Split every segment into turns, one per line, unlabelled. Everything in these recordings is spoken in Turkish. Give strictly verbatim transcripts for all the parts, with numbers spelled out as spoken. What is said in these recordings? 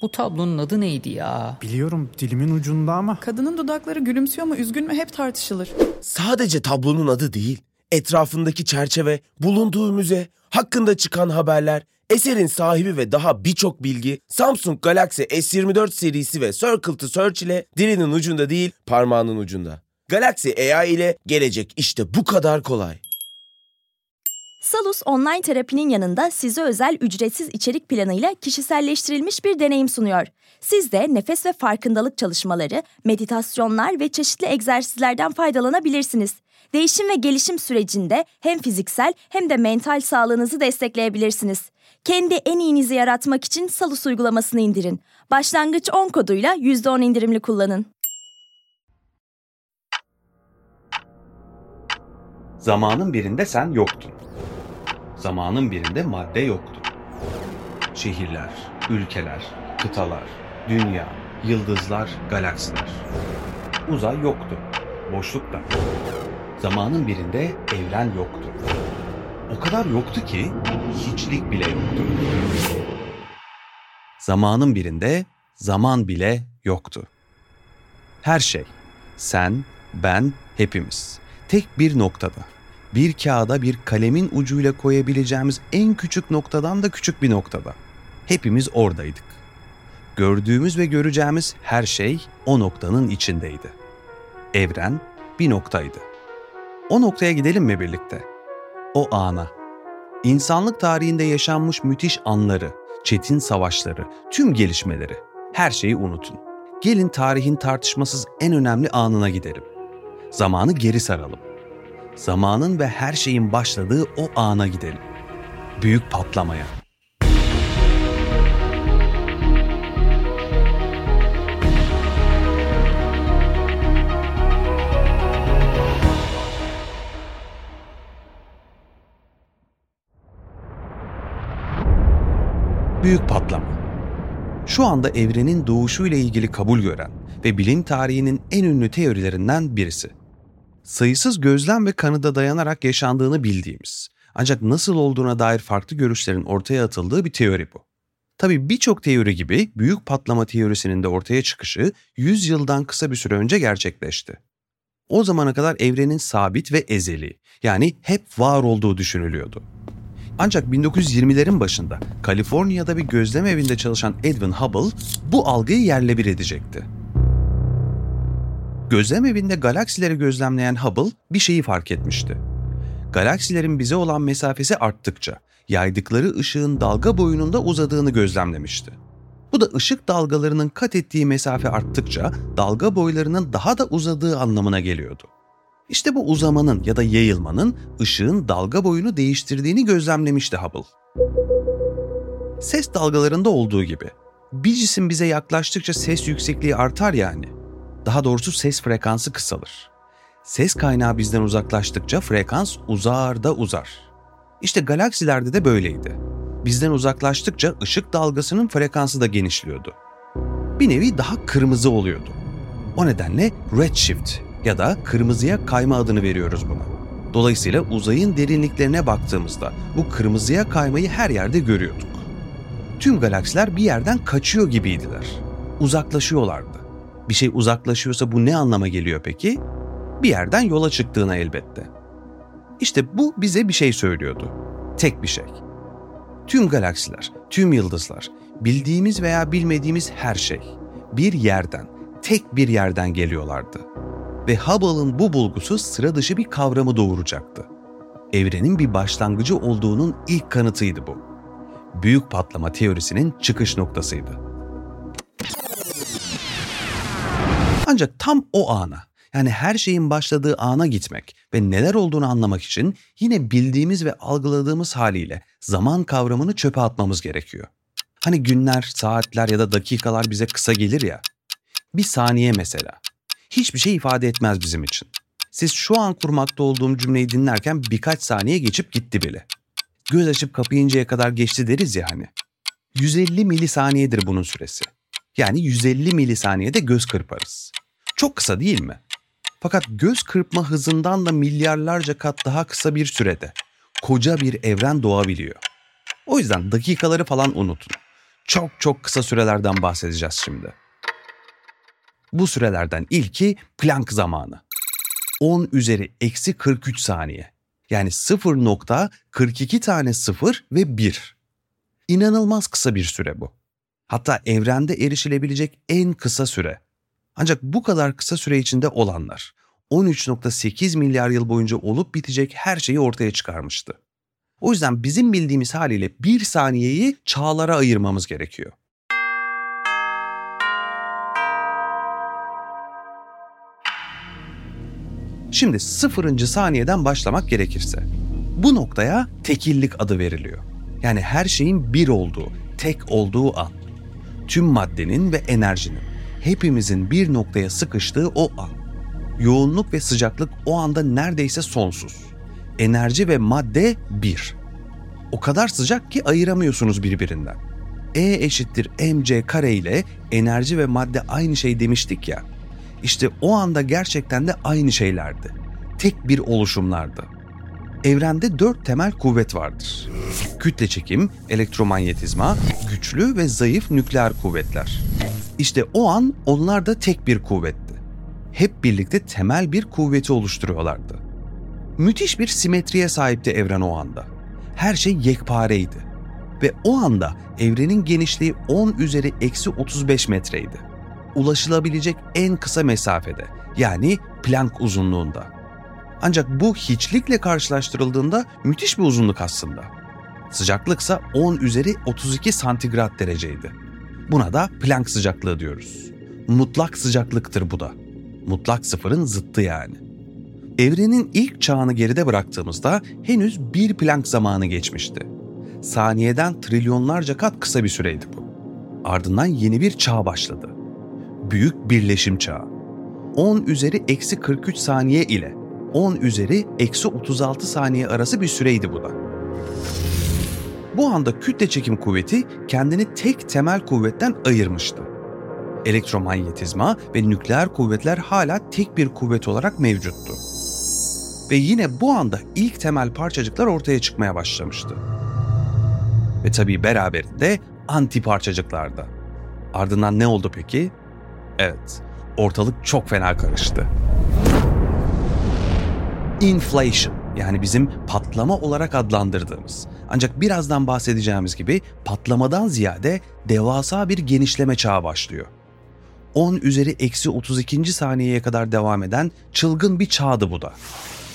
Bu tablonun adı neydi ya?
Biliyorum, dilimin ucunda ama.
Kadının dudakları gülümsüyor mu, üzgün mü hep tartışılır.
Sadece tablonun adı değil, etrafındaki çerçeve, bulunduğu müze, hakkında çıkan haberler, eserin sahibi ve daha birçok bilgi Samsung Galaxy S yirmi dört serisi ve Circle to Search ile dilinin ucunda değil, parmağının ucunda. Galaxy A I ile gelecek işte bu kadar kolay.
Salus online terapinin yanında size özel ücretsiz içerik planıyla kişiselleştirilmiş bir deneyim sunuyor. Siz de nefes ve farkındalık çalışmaları, meditasyonlar ve çeşitli egzersizlerden faydalanabilirsiniz. Değişim ve gelişim sürecinde hem fiziksel hem de mental sağlığınızı destekleyebilirsiniz. Kendi en iyinizi yaratmak için Salus uygulamasını indirin. Başlangıç on koduyla yüzde on indirimli kullanın.
Zamanın birinde sen yoktun. Zamanın birinde madde yoktu. Şehirler, ülkeler, kıtalar, dünya, yıldızlar, galaksiler. Uzay yoktu, boşlukta. Zamanın birinde evren yoktu. O kadar yoktu ki hiçlik bile yoktu. Zamanın birinde zaman bile yoktu. Her şey, sen, ben, hepimiz, tek bir noktada. Bir kağıda bir kalemin ucuyla koyabileceğimiz en küçük noktadan da küçük bir noktada. Hepimiz oradaydık. Gördüğümüz ve göreceğimiz her şey o noktanın içindeydi. Evren bir noktaydı. O noktaya gidelim mi birlikte? O ana. İnsanlık tarihinde yaşanmış müthiş anları, çetin savaşları, tüm gelişmeleri, her şeyi unutun. Gelin tarihin tartışmasız en önemli anına gidelim. Zamanı geri saralım. Zamanın ve her şeyin başladığı o ana gidelim. Büyük patlamaya. Büyük patlama. Şu anda evrenin doğuşuyla ilgili kabul gören ve bilim tarihinin en ünlü teorilerinden birisi. Sayısız gözlem ve kanıda dayanarak yaşandığını bildiğimiz, ancak nasıl olduğuna dair farklı görüşlerin ortaya atıldığı bir teori bu. Tabii birçok teori gibi büyük patlama teorisinin de ortaya çıkışı yüz yıldan kısa bir süre önce gerçekleşti. O zamana kadar evrenin sabit ve ezeli, yani hep var olduğu düşünülüyordu. Ancak bin dokuz yüz yirmilerin başında Kaliforniya'da bir gözlem evinde çalışan Edwin Hubble bu algıyı yerle bir edecekti. Gözlem evinde galaksileri gözlemleyen Hubble bir şeyi fark etmişti. Galaksilerin bize olan mesafesi arttıkça yaydıkları ışığın dalga boyunun da uzadığını gözlemlemişti. Bu da ışık dalgalarının kat ettiği mesafe arttıkça dalga boylarının daha da uzadığı anlamına geliyordu. İşte bu uzamanın ya da yayılmanın ışığın dalga boyunu değiştirdiğini gözlemlemişti Hubble. Ses dalgalarında olduğu gibi bir cisim bize yaklaştıkça ses yüksekliği artar yani. Daha doğrusu ses frekansı kısalır. Ses kaynağı bizden uzaklaştıkça frekans uzar da uzar. İşte galaksilerde de böyleydi. Bizden uzaklaştıkça ışık dalgasının frekansı da genişliyordu. Bir nevi daha kırmızı oluyordu. O nedenle redshift ya da kırmızıya kayma adını veriyoruz buna. Dolayısıyla uzayın derinliklerine baktığımızda bu kırmızıya kaymayı her yerde görüyorduk. Tüm galaksiler bir yerden kaçıyor gibiydiler. Uzaklaşıyorlardı. Bir şey uzaklaşıyorsa bu ne anlama geliyor peki? Bir yerden yola çıktığına elbette. İşte bu bize bir şey söylüyordu. Tek bir şey. Tüm galaksiler, tüm yıldızlar, bildiğimiz veya bilmediğimiz her şey bir yerden, tek bir yerden geliyorlardı. Ve Hubble'ın bu bulgusu sıra dışı bir kavramı doğuracaktı. Evrenin bir başlangıcı olduğunun ilk kanıtıydı bu. Büyük patlama teorisinin çıkış noktasıydı. Ancak tam o ana, yani her şeyin başladığı ana gitmek ve neler olduğunu anlamak için yine bildiğimiz ve algıladığımız haliyle zaman kavramını çöpe atmamız gerekiyor. Hani günler, saatler ya da dakikalar bize kısa gelir ya. Bir saniye mesela. Hiçbir şey ifade etmez bizim için. Siz şu an kurmakta olduğum cümleyi dinlerken birkaç saniye geçip gitti bile. Göz açıp kapayıncaya kadar geçti deriz ya hani. yüz elli milisaniyedir bunun süresi. Yani yüz elli milisaniyede göz kırparız. Çok kısa değil mi? Fakat göz kırpma hızından da milyarlarca kat daha kısa bir sürede koca bir evren doğabiliyor. O yüzden dakikaları falan unutun. Çok çok kısa sürelerden bahsedeceğiz şimdi. Bu sürelerden ilki Planck zamanı. on üzeri eksi kırk üç saniye. Yani sıfır nokta kırk iki tane sıfır ve bir. İnanılmaz kısa bir süre bu. Hatta evrende erişilebilecek en kısa süre. Ancak bu kadar kısa süre içinde olanlar on üç nokta sekiz milyar yıl boyunca olup bitecek her şeyi ortaya çıkarmıştı. O yüzden bizim bildiğimiz haliyle bir saniyeyi çağlara ayırmamız gerekiyor. Şimdi sıfırıncı saniyeden başlamak gerekirse, bu noktaya tekillik adı veriliyor. Yani her şeyin bir olduğu, tek olduğu an. Tüm maddenin ve enerjinin, hepimizin bir noktaya sıkıştığı o an. Yoğunluk ve sıcaklık o anda neredeyse sonsuz. Enerji ve madde bir. O kadar sıcak ki ayıramıyorsunuz birbirinden. E eşittir mc kare ile enerji ve madde aynı şey demiştik ya. İşte o anda gerçekten de aynı şeylerdi. Tek bir oluşumlardı. Evrende dört temel kuvvet vardır. Kütle çekim, elektromanyetizma, güçlü ve zayıf nükleer kuvvetler. İşte o an onlar da tek bir kuvvetti. Hep birlikte temel bir kuvveti oluşturuyorlardı. Müthiş bir simetriye sahipti evren o anda. Her şey yekpareydi. Ve o anda evrenin genişliği on üzeri eksi otuz beş metreydi. Ulaşılabilecek en kısa mesafede, yani Planck uzunluğunda. Ancak bu hiçlikle karşılaştırıldığında müthiş bir uzunluk aslında. Sıcaklıksa on üzeri otuz iki santigrat dereceydi. Buna da Planck sıcaklığı diyoruz. Mutlak sıcaklıktır bu da. Mutlak sıfırın zıttı yani. Evrenin ilk çağını geride bıraktığımızda henüz bir Planck zamanı geçmişti. Saniyeden trilyonlarca kat kısa bir süreydi bu. Ardından yeni bir çağ başladı. Büyük birleşim çağı. on üzeri eksi kırk üç saniye ile on üzeri eksi otuz altı saniye arası bir süreydi bu da. Bu anda kütle çekim kuvveti kendini tek temel kuvvetten ayırmıştı. Elektromanyetizma ve nükleer kuvvetler hala tek bir kuvvet olarak mevcuttu. Ve yine bu anda ilk temel parçacıklar ortaya çıkmaya başlamıştı. Ve tabii beraberinde anti parçacıklar da. Ardından ne oldu peki? Evet, ortalık çok fena karıştı. Inflation, yani bizim patlama olarak adlandırdığımız, ancak birazdan bahsedeceğimiz gibi patlamadan ziyade devasa bir genişleme çağı başlıyor. on üzeri eksi otuz ikinci saniyeye kadar devam eden çılgın bir çağdı bu da.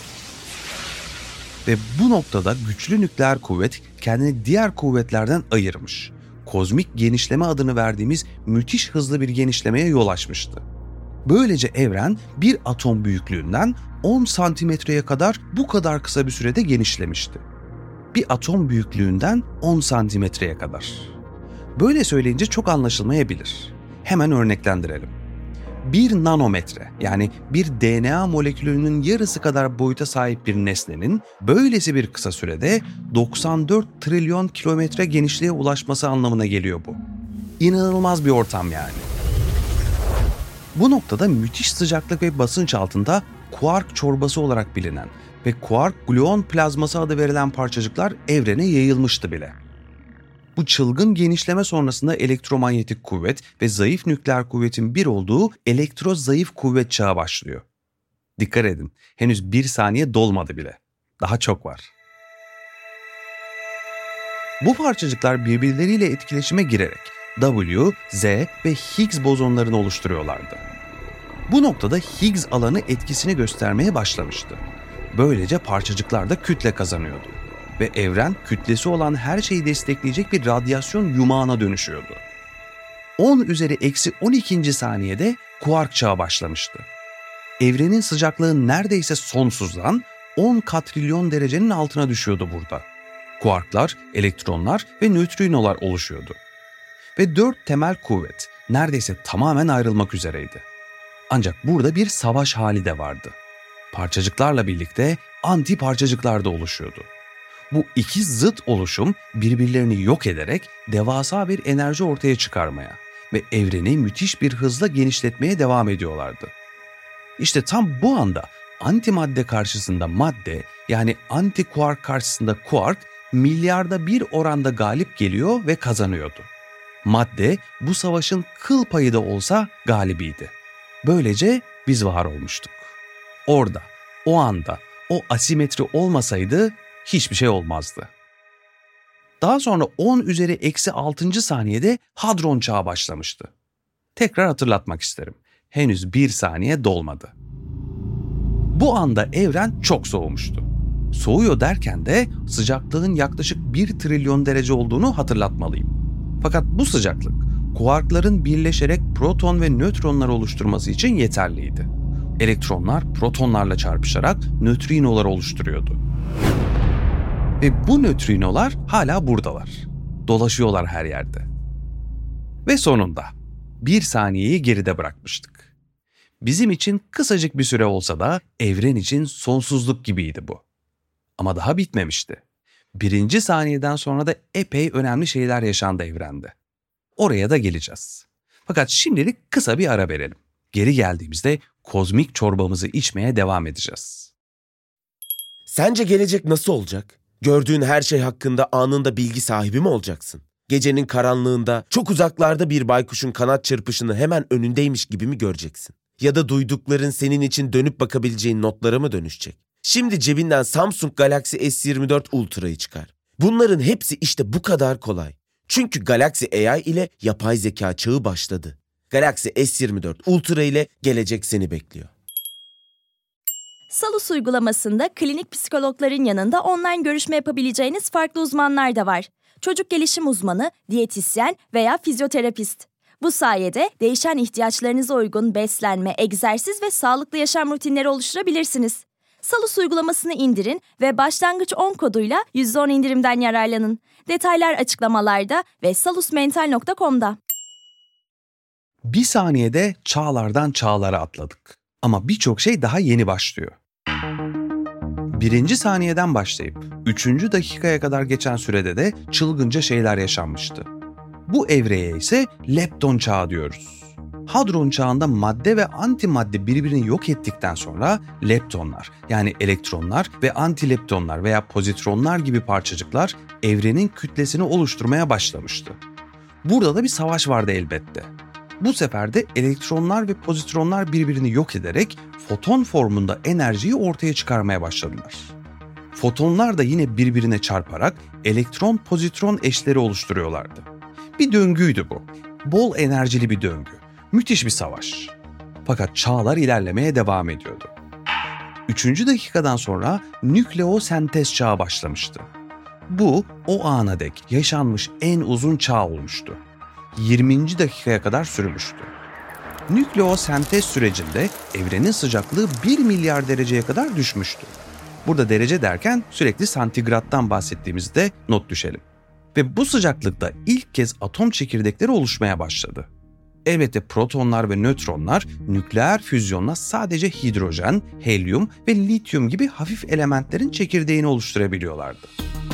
Ve bu noktada güçlü nükleer kuvvet kendini diğer kuvvetlerden ayırmış. Kozmik genişleme adını verdiğimiz müthiş hızlı bir genişlemeye yol açmıştı. Böylece evren bir atom büyüklüğünden on santimetreye kadar bu kadar kısa bir sürede genişlemişti. Bir atom büyüklüğünden on santimetreye kadar. Böyle söyleyince çok anlaşılmayabilir. Hemen örneklendirelim. Bir nanometre, yani bir D N A molekülünün yarısı kadar boyuta sahip bir nesnenin böylesi bir kısa sürede doksan dört trilyon kilometre genişliğe ulaşması anlamına geliyor bu. İnanılmaz bir ortam yani. Bu noktada müthiş sıcaklık ve basınç altında kuark çorbası olarak bilinen ve kuark gluon plazması adı verilen parçacıklar evrene yayılmıştı bile. Bu çılgın genişleme sonrasında elektromanyetik kuvvet ve zayıf nükleer kuvvetin bir olduğu elektro-zayıf kuvvet çağı başlıyor. Dikkat edin, henüz bir saniye dolmadı bile. Daha çok var. Bu parçacıklar birbirleriyle etkileşime girerek W, Z ve Higgs bozonlarını oluşturuyorlardı. Bu noktada Higgs alanı etkisini göstermeye başlamıştı. Böylece parçacıklar da kütle kazanıyordu. Ve evren kütlesi olan her şeyi destekleyecek bir radyasyon yumağına dönüşüyordu. on üzeri eksi on ikinci saniyede kuark çağı başlamıştı. Evrenin sıcaklığı neredeyse sonsuzdan on katrilyon derecenin altına düşüyordu burada. Kuarklar, elektronlar ve nötrinolar oluşuyordu. Ve dört temel kuvvet neredeyse tamamen ayrılmak üzereydi. Ancak burada bir savaş hali de vardı. Parçacıklarla birlikte anti parçacıklar da oluşuyordu. Bu iki zıt oluşum birbirlerini yok ederek devasa bir enerji ortaya çıkarmaya ve evreni müthiş bir hızla genişletmeye devam ediyorlardı. İşte tam bu anda antimadde karşısında madde, yani antikuark karşısında kuark milyarda bir oranda galip geliyor ve kazanıyordu. Madde bu savaşın kıl payı da olsa galibiydi. Böylece biz var olmuştuk. Orada, o anda, o asimetri olmasaydı hiçbir şey olmazdı. Daha sonra on üzeri eksi altıncı saniyede hadron çağı başlamıştı. Tekrar hatırlatmak isterim. Henüz bir saniye dolmadı. Bu anda evren çok soğumuştu. Soğuyor derken de sıcaklığın yaklaşık bir trilyon derece olduğunu hatırlatmalıyım. Fakat bu sıcaklık kuarkların birleşerek proton ve nötronlar oluşturması için yeterliydi. Elektronlar protonlarla çarpışarak nötrinolar oluşturuyordu. Ve bu nötrinolar hala buradalar. Dolaşıyorlar her yerde. Ve sonunda bir saniyeyi geride bırakmıştık. Bizim için kısacık bir süre olsa da evren için sonsuzluk gibiydi bu. Ama daha bitmemişti. Birinci saniyeden sonra da epey önemli şeyler yaşandı evrende. Oraya da geleceğiz. Fakat şimdilik kısa bir ara verelim. Geri geldiğimizde kozmik çorbamızı içmeye devam edeceğiz.
Sence gelecek nasıl olacak? Gördüğün her şey hakkında anında bilgi sahibi mi olacaksın? Gecenin karanlığında çok uzaklarda bir baykuşun kanat çırpışını hemen önündeymiş gibi mi göreceksin? Ya da duydukların senin için dönüp bakabileceğin notlara mı dönüşecek? Şimdi cebinden Samsung Galaxy S yirmi dört Ultra'yı çıkar. Bunların hepsi işte bu kadar kolay. Çünkü Galaxy A I ile yapay zeka çağı başladı. Galaxy S yirmi dört Ultra ile gelecek seni bekliyor.
Salus uygulamasında klinik psikologların yanında online görüşme yapabileceğiniz farklı uzmanlar da var. Çocuk gelişim uzmanı, diyetisyen veya fizyoterapist. Bu sayede değişen ihtiyaçlarınıza uygun beslenme, egzersiz ve sağlıklı yaşam rutinleri oluşturabilirsiniz. Salus uygulamasını indirin ve başlangıç on koduyla yüzde on indirimden yararlanın. Detaylar açıklamalarda ve salusmental nokta com'da.
Bir saniyede çağlardan çağlara atladık. Ama birçok şey daha yeni başlıyor. Birinci saniyeden başlayıp üçüncü dakikaya kadar geçen sürede de çılgınca şeyler yaşanmıştı. Bu evreye ise lepton çağı diyoruz. Hadron çağında madde ve antimadde birbirini yok ettikten sonra leptonlar yani elektronlar ve antileptonlar veya pozitronlar gibi parçacıklar evrenin kütlesini oluşturmaya başlamıştı. Burada da bir savaş vardı elbette. Bu sefer de elektronlar ve pozitronlar birbirini yok ederek foton formunda enerjiyi ortaya çıkarmaya başladılar. Fotonlar da yine birbirine çarparak elektron-pozitron eşleri oluşturuyorlardı. Bir döngüydü bu. Bol enerjili bir döngü. Müthiş bir savaş. Fakat çağlar ilerlemeye devam ediyordu. Üçüncü dakikadan sonra nükleosentez çağı başlamıştı. Bu o ana dek yaşanmış en uzun çağ olmuştu. yirminci dakikaya kadar sürmüştü. Nükleosentez sürecinde evrenin sıcaklığı bir milyar dereceye kadar düşmüştü. Burada derece derken sürekli santigrattan bahsettiğimizde not düşelim. Ve bu sıcaklıkta ilk kez atom çekirdekleri oluşmaya başladı. Elbette protonlar ve nötronlar nükleer füzyonla sadece hidrojen, helyum ve lityum gibi hafif elementlerin çekirdeğini oluşturabiliyorlardı.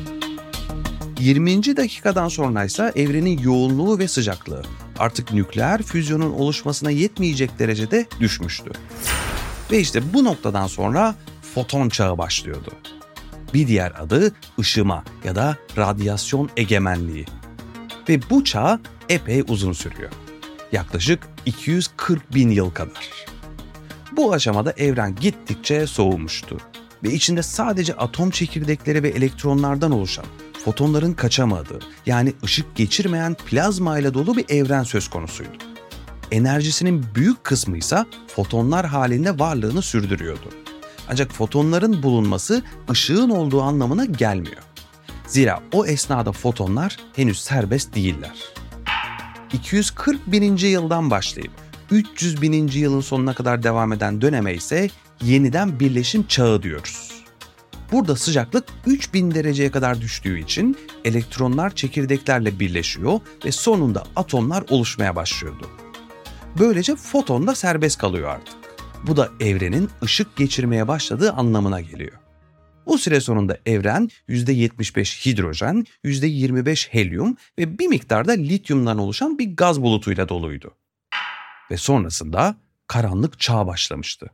yirminci dakikadan sonra ise evrenin yoğunluğu ve sıcaklığı artık nükleer füzyonun oluşmasına yetmeyecek derecede düşmüştü. Ve işte bu noktadan sonra foton çağı başlıyordu. Bir diğer adı ışıma ya da radyasyon egemenliği. Ve bu çağ epey uzun sürüyor. Yaklaşık iki yüz kırk bin yıl kadar. Bu aşamada evren gittikçe soğumuştu ve içinde sadece atom çekirdekleri ve elektronlardan oluşan, fotonların kaçamadığı, yani ışık geçirmeyen plazma ile dolu bir evren söz konusuydu. Enerjisinin büyük kısmı ise fotonlar halinde varlığını sürdürüyordu. Ancak fotonların bulunması ışığın olduğu anlamına gelmiyor. Zira o esnada fotonlar henüz serbest değiller. iki yüz kırk bininci yıldan başlayıp üç yüz bininci yılın sonuna kadar devam eden döneme ise yeniden birleşim çağı diyoruz. Burada sıcaklık üç bin dereceye kadar düştüğü için elektronlar çekirdeklerle birleşiyor ve sonunda atomlar oluşmaya başlıyordu. Böylece foton da serbest kalıyor artık. Bu da evrenin ışık geçirmeye başladığı anlamına geliyor. Bu süre sonunda evren yüzde yetmiş beş hidrojen, yüzde yirmi beş helyum ve bir miktarda lityumdan oluşan bir gaz bulutuyla doluydu. Ve sonrasında karanlık çağ başlamıştı.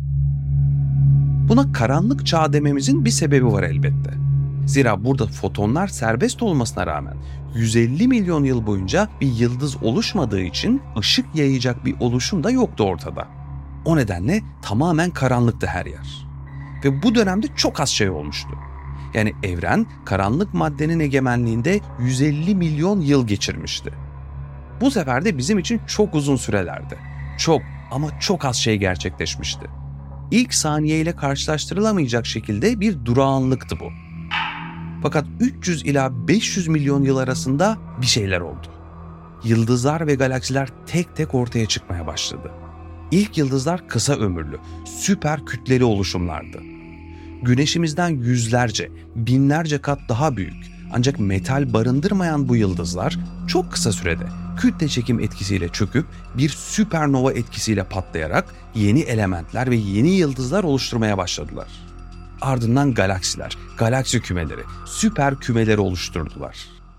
Buna karanlık çağ dememizin bir sebebi var elbette. Zira burada fotonlar serbest olmasına rağmen yüz elli milyon yıl boyunca bir yıldız oluşmadığı için ışık yayacak bir oluşum da yoktu ortada. O nedenle tamamen karanlıktı her yer. Ve bu dönemde çok az şey olmuştu. Yani evren karanlık maddenin egemenliğinde yüz elli milyon yıl geçirmişti. Bu sefer de bizim için çok uzun sürelerdi. Çok ama çok az şey gerçekleşmişti. İlk saniyeyle karşılaştırılamayacak şekilde bir durağanlıktı bu. Fakat üç yüz ila beş yüz milyon yıl arasında bir şeyler oldu. Yıldızlar ve galaksiler tek tek ortaya çıkmaya başladı. İlk yıldızlar kısa ömürlü, süper kütleli oluşumlardı. Güneşimizden yüzlerce, binlerce kat daha büyük ancak metal barındırmayan bu yıldızlar çok kısa sürede kütle çekim etkisiyle çöküp bir süpernova etkisiyle patlayarak yeni elementler ve yeni yıldızlar oluşturmaya başladılar. Ardından galaksiler, galaksi kümeleri, süper kümeleri oluşturdular.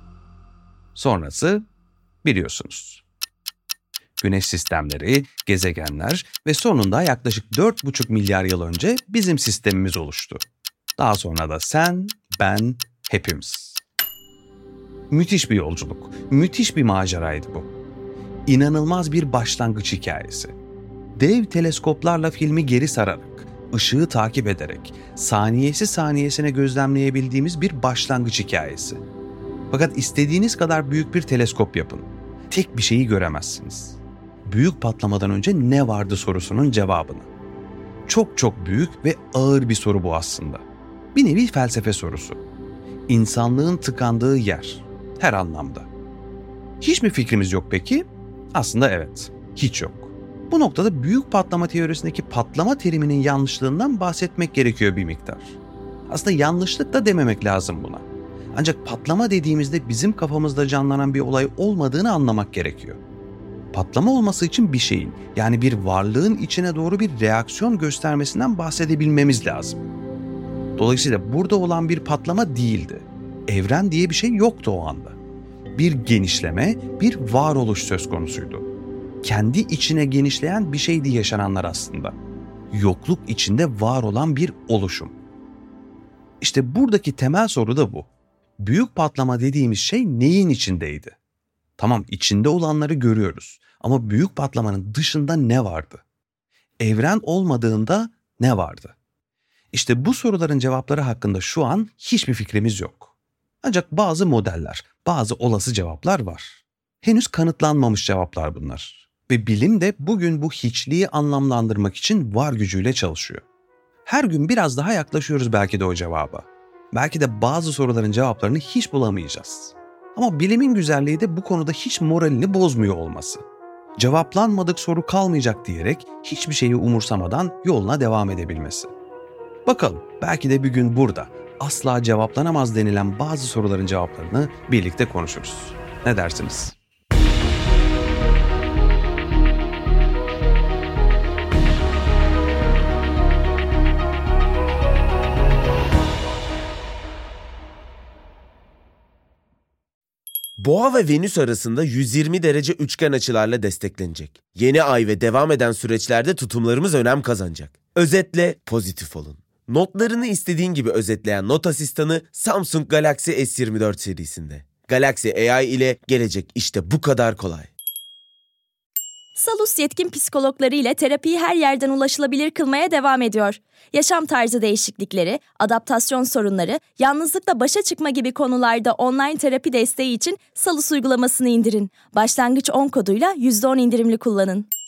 Sonrası biliyorsunuz. Güneş sistemleri, gezegenler ve sonunda yaklaşık dört buçuk milyar yıl önce bizim sistemimiz oluştu. Daha sonra da sen, ben, hepimiz. Müthiş bir yolculuk, müthiş bir maceraydı bu. İnanılmaz bir başlangıç hikayesi. Dev teleskoplarla filmi geri sararak, ışığı takip ederek, saniyesi saniyesine gözlemleyebildiğimiz bir başlangıç hikayesi. Fakat istediğiniz kadar büyük bir teleskop yapın. Tek bir şeyi göremezsiniz. Büyük patlamadan önce ne vardı sorusunun cevabını. Çok çok büyük ve ağır bir soru bu aslında. Bir nevi felsefe sorusu. İnsanlığın tıkandığı yer. Her anlamda. Hiç mi fikrimiz yok peki? Aslında evet. Hiç yok. Bu noktada büyük patlama teorisindeki patlama teriminin yanlışlığından bahsetmek gerekiyor bir miktar. Aslında yanlışlık da dememek lazım buna. Ancak patlama dediğimizde bizim kafamızda canlanan bir olay olmadığını anlamak gerekiyor. Patlama olması için bir şeyin, yani bir varlığın içine doğru bir reaksiyon göstermesinden bahsedebilmemiz lazım. Dolayısıyla burada olan bir patlama değildi. Evren diye bir şey yoktu o anda. Bir genişleme, bir varoluş söz konusuydu. Kendi içine genişleyen bir şeydi yaşananlar aslında. Yokluk içinde var olan bir oluşum. İşte buradaki temel soru da bu. Büyük patlama dediğimiz şey neyin içindeydi? Tamam, içinde olanları görüyoruz ama büyük patlamanın dışında ne vardı? Evren olmadığında ne vardı? İşte bu soruların cevapları hakkında şu an hiçbir fikrimiz yok. Ancak bazı modeller, bazı olası cevaplar var. Henüz kanıtlanmamış cevaplar bunlar. Ve bilim de bugün bu hiçliği anlamlandırmak için var gücüyle çalışıyor. Her gün biraz daha yaklaşıyoruz belki de o cevaba. Belki de bazı soruların cevaplarını hiç bulamayacağız. Ama bilimin güzelliği de bu konuda hiç moralini bozmuyor olması. Cevaplanmadık soru kalmayacak diyerek hiçbir şeyi umursamadan yoluna devam edebilmesi. Bakalım, belki de bir gün burada asla cevaplanamaz denilen bazı soruların cevaplarını birlikte konuşuruz. Ne dersiniz?
Boğa ve Venüs arasında yüz yirmi derece üçgen açılarla desteklenecek. Yeni ay ve devam eden süreçlerde tutumlarımız önem kazanacak. Özetle pozitif olun. Notlarını istediğin gibi özetleyen not asistanı Samsung Galaxy S yirmi dört serisinde. Galaxy A I ile gelecek işte bu kadar kolay.
Salus yetkin psikologları ile terapiyi her yerden ulaşılabilir kılmaya devam ediyor. Yaşam tarzı değişiklikleri, adaptasyon sorunları, yalnızlıkla başa çıkma gibi konularda online terapi desteği için Salus uygulamasını indirin. Başlangıç on koduyla yüzde on indirimli kullanın.